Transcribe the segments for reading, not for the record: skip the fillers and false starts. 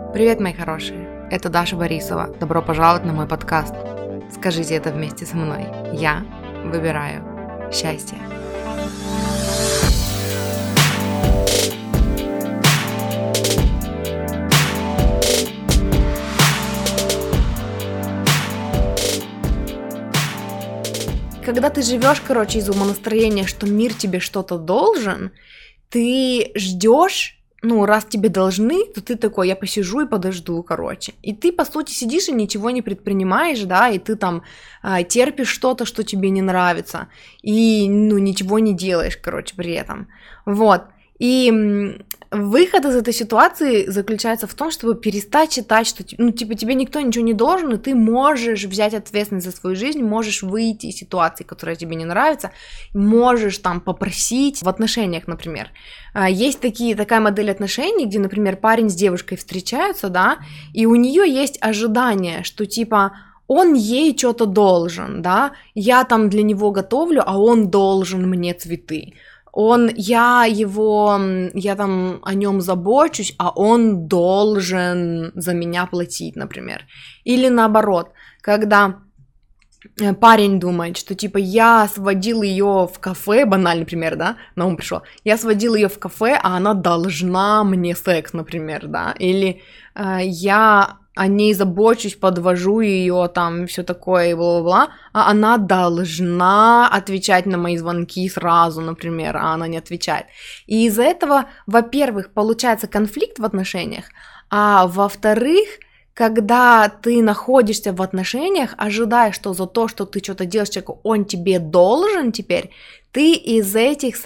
Привет, мои хорошие! Это Даша Борисова. Добро пожаловать на мой подкаст. Скажите это вместе со мной. Я выбираю счастье. Когда ты живешь, из умонастроения, что мир тебе что-то должен, ты ждешь. Раз тебе должны, то ты такой, я посижу и подожду, И ты, по сути, сидишь и ничего не предпринимаешь, и ты там терпишь что-то, что тебе не нравится, и, ничего не делаешь, при этом. И выход из этой ситуации заключается в том, чтобы перестать считать, что тебе никто ничего не должен, и ты можешь взять ответственность за свою жизнь, можешь выйти из ситуации, которая тебе не нравится, можешь там попросить в отношениях, например. Есть такая модель отношений, где, например, парень с девушкой встречаются, и у нее есть ожидание, что он ей что-то должен, я там для него готовлю, а он должен мне цветы. Я там о нем забочусь, а он должен за меня платить, например. Или наоборот, когда парень думает, что я сводил ее в кафе, банальный пример, на ум пришел, я сводил ее в кафе, а она должна мне секс, например, или я о ней забочусь, подвожу ее, там, все такое, и бла-бла-бла, а она должна отвечать на мои звонки сразу, например, а она не отвечает. И из-за этого, во-первых, получается конфликт в отношениях, а во-вторых, когда ты находишься в отношениях, ожидая, что за то, что ты что-то делаешь человеку, он тебе должен теперь, ты из этих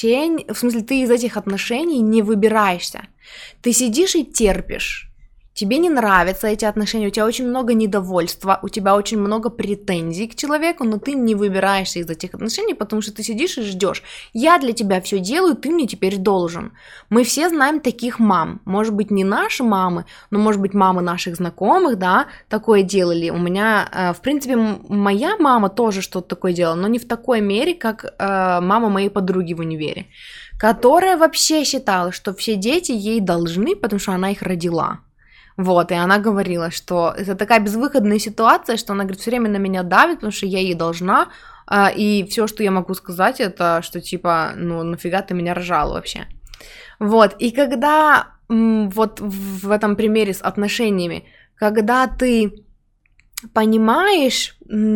отношений не выбираешься. Ты сидишь и терпишь. Тебе не нравятся эти отношения, у тебя очень много недовольства, у тебя очень много претензий к человеку, но ты не выбираешься из этих отношений, потому что ты сидишь и ждешь. Я для тебя все делаю, ты мне теперь должен. Мы все знаем таких мам. Может быть, не наши мамы, но, может быть, мамы наших знакомых, такое делали. У меня, в принципе, моя мама тоже что-то такое делала, но не в такой мере, как мама моей подруги в универе, которая вообще считала, что все дети ей должны, потому что она их родила. И она говорила, что это такая безвыходная ситуация, что она, говорит, все время на меня давит, потому что я ей должна, и все, что я могу сказать, это, что нафига ты меня рожала вообще. И когда в этом примере с отношениями, когда ты понимаешь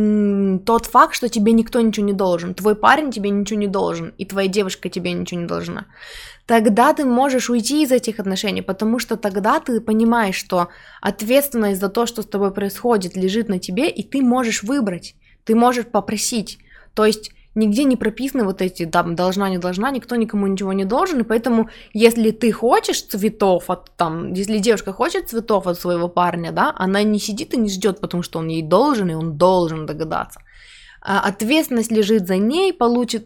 тот факт, что тебе никто ничего не должен, твой парень тебе ничего не должен, и твоя девушка тебе ничего не должна, тогда ты можешь уйти из этих отношений, потому что тогда ты понимаешь, что ответственность за то, что с тобой происходит, лежит на тебе, и ты можешь выбрать, ты можешь попросить, то есть нигде не прописаны эти, должна, не должна, никто никому ничего не должен, и поэтому, если ты хочешь цветов, если девушка хочет цветов от своего парня, она не сидит и не ждет, потому что он ей должен, и он должен догадаться. Ответственность лежит за ней,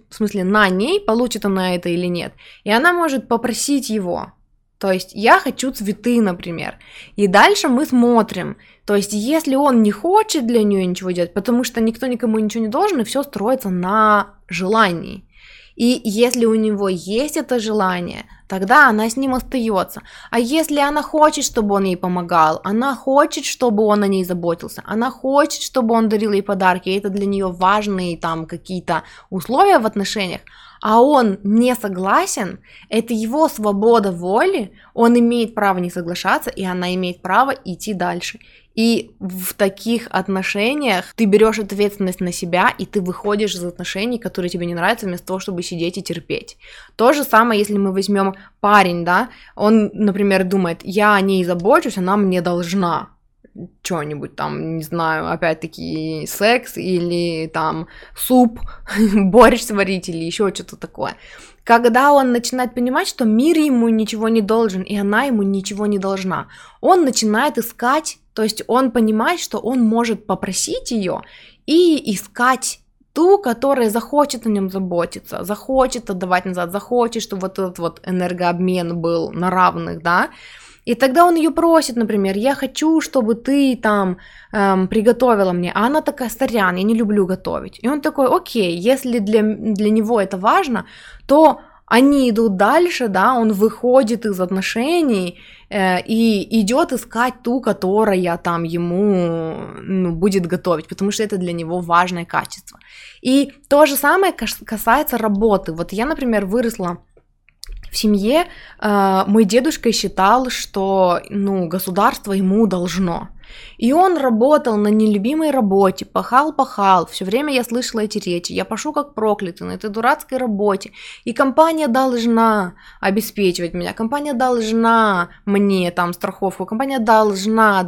на ней, получит она это или нет, и она может попросить его. То есть я хочу цветы, например, и дальше мы смотрим, то есть если он не хочет для нее ничего делать, потому что никто никому ничего не должен, и все строится на желании. И если у него есть это желание, тогда она с ним остается. А если она хочет, чтобы он ей помогал, она хочет, чтобы он о ней заботился, она хочет, чтобы он дарил ей подарки, и это для нее важные какие-то условия в отношениях, а он не согласен, это его свобода воли, он имеет право не соглашаться, и она имеет право идти дальше. И в таких отношениях ты берешь ответственность на себя, и ты выходишь из отношений, которые тебе не нравятся, вместо того, чтобы сидеть и терпеть. То же самое, если мы возьмем парень, он, например, думает, я о ней забочусь, она мне должна что-нибудь не знаю, опять-таки секс или суп, борщ сварить или еще что-то такое. Когда он начинает понимать, что мир ему ничего не должен, и она ему ничего не должна, он начинает искать, то есть он понимает, что он может попросить ее и искать ту, которая захочет о нем заботиться, захочет отдавать назад, захочет, чтобы этот энергообмен был на равных, И тогда он ее просит, например, я хочу, чтобы ты приготовила мне, а она такая, сорян, я не люблю готовить. И он такой, окей, если для него это важно, то Они идут дальше, да, он выходит из отношений и идет искать ту, которая там ему будет готовить, потому что это для него важное качество. И то же самое касается работы. Вот я, например, выросла в семье, мой дедушка считал, что, государство ему должно. И он работал на нелюбимой работе, пахал, все время я слышала эти речи, я пашу как проклятый на этой дурацкой работе, и компания должна обеспечивать меня, компания должна мне там страховку, компания должна,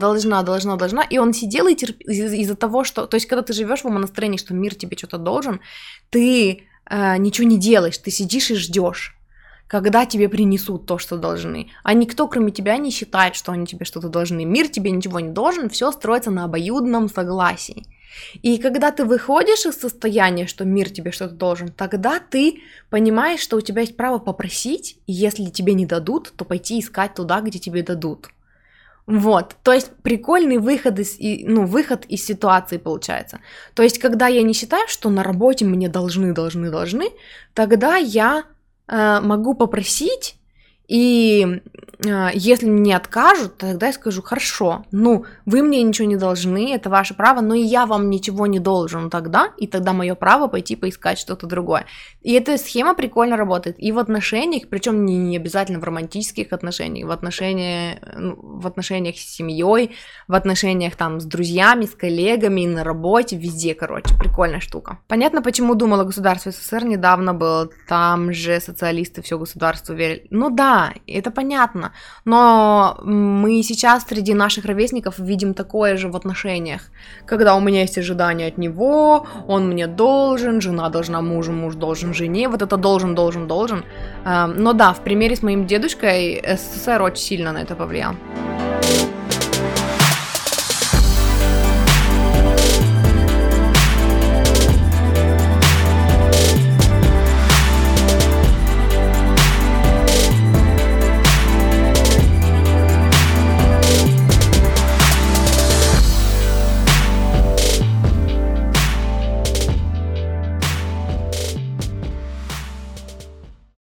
и он сидел и терпел из-за того, что, то есть, когда ты живешь в умонастроении, что мир тебе что-то должен, ты ничего не делаешь, ты сидишь и ждешь, когда тебе принесут то, что должны. А никто, кроме тебя, не считает, что они тебе что-то должны. Мир тебе ничего не должен, все строится на обоюдном согласии. И когда ты выходишь из состояния, что мир тебе что-то должен, тогда ты понимаешь, что у тебя есть право попросить, и если тебе не дадут, то пойти искать туда, где тебе дадут. Вот, то есть прикольный выход из ситуации получается. То есть, когда я не считаю, что на работе мне должны, тогда я могу попросить, и если мне откажут, тогда я скажу: хорошо, вы мне ничего не должны, это ваше право, но и я вам ничего не должен тогда, и тогда мое право пойти поискать что-то другое. И эта схема прикольно работает и в отношениях, причем не обязательно в романтических отношениях, в отношениях с семьей, в отношениях там с друзьями, с коллегами, на работе, везде, прикольная штука. Понятно, почему думала государство СССР недавно было, там же социалисты все государству верили. Да, это понятно, но мы сейчас среди наших ровесников видим такое же в отношениях, когда у меня есть ожидания от него, он мне должен, жена должна мужу, муж должен жене, вот это должен. Но да, в примере с моим дедушкой СССР очень сильно на это повлиял.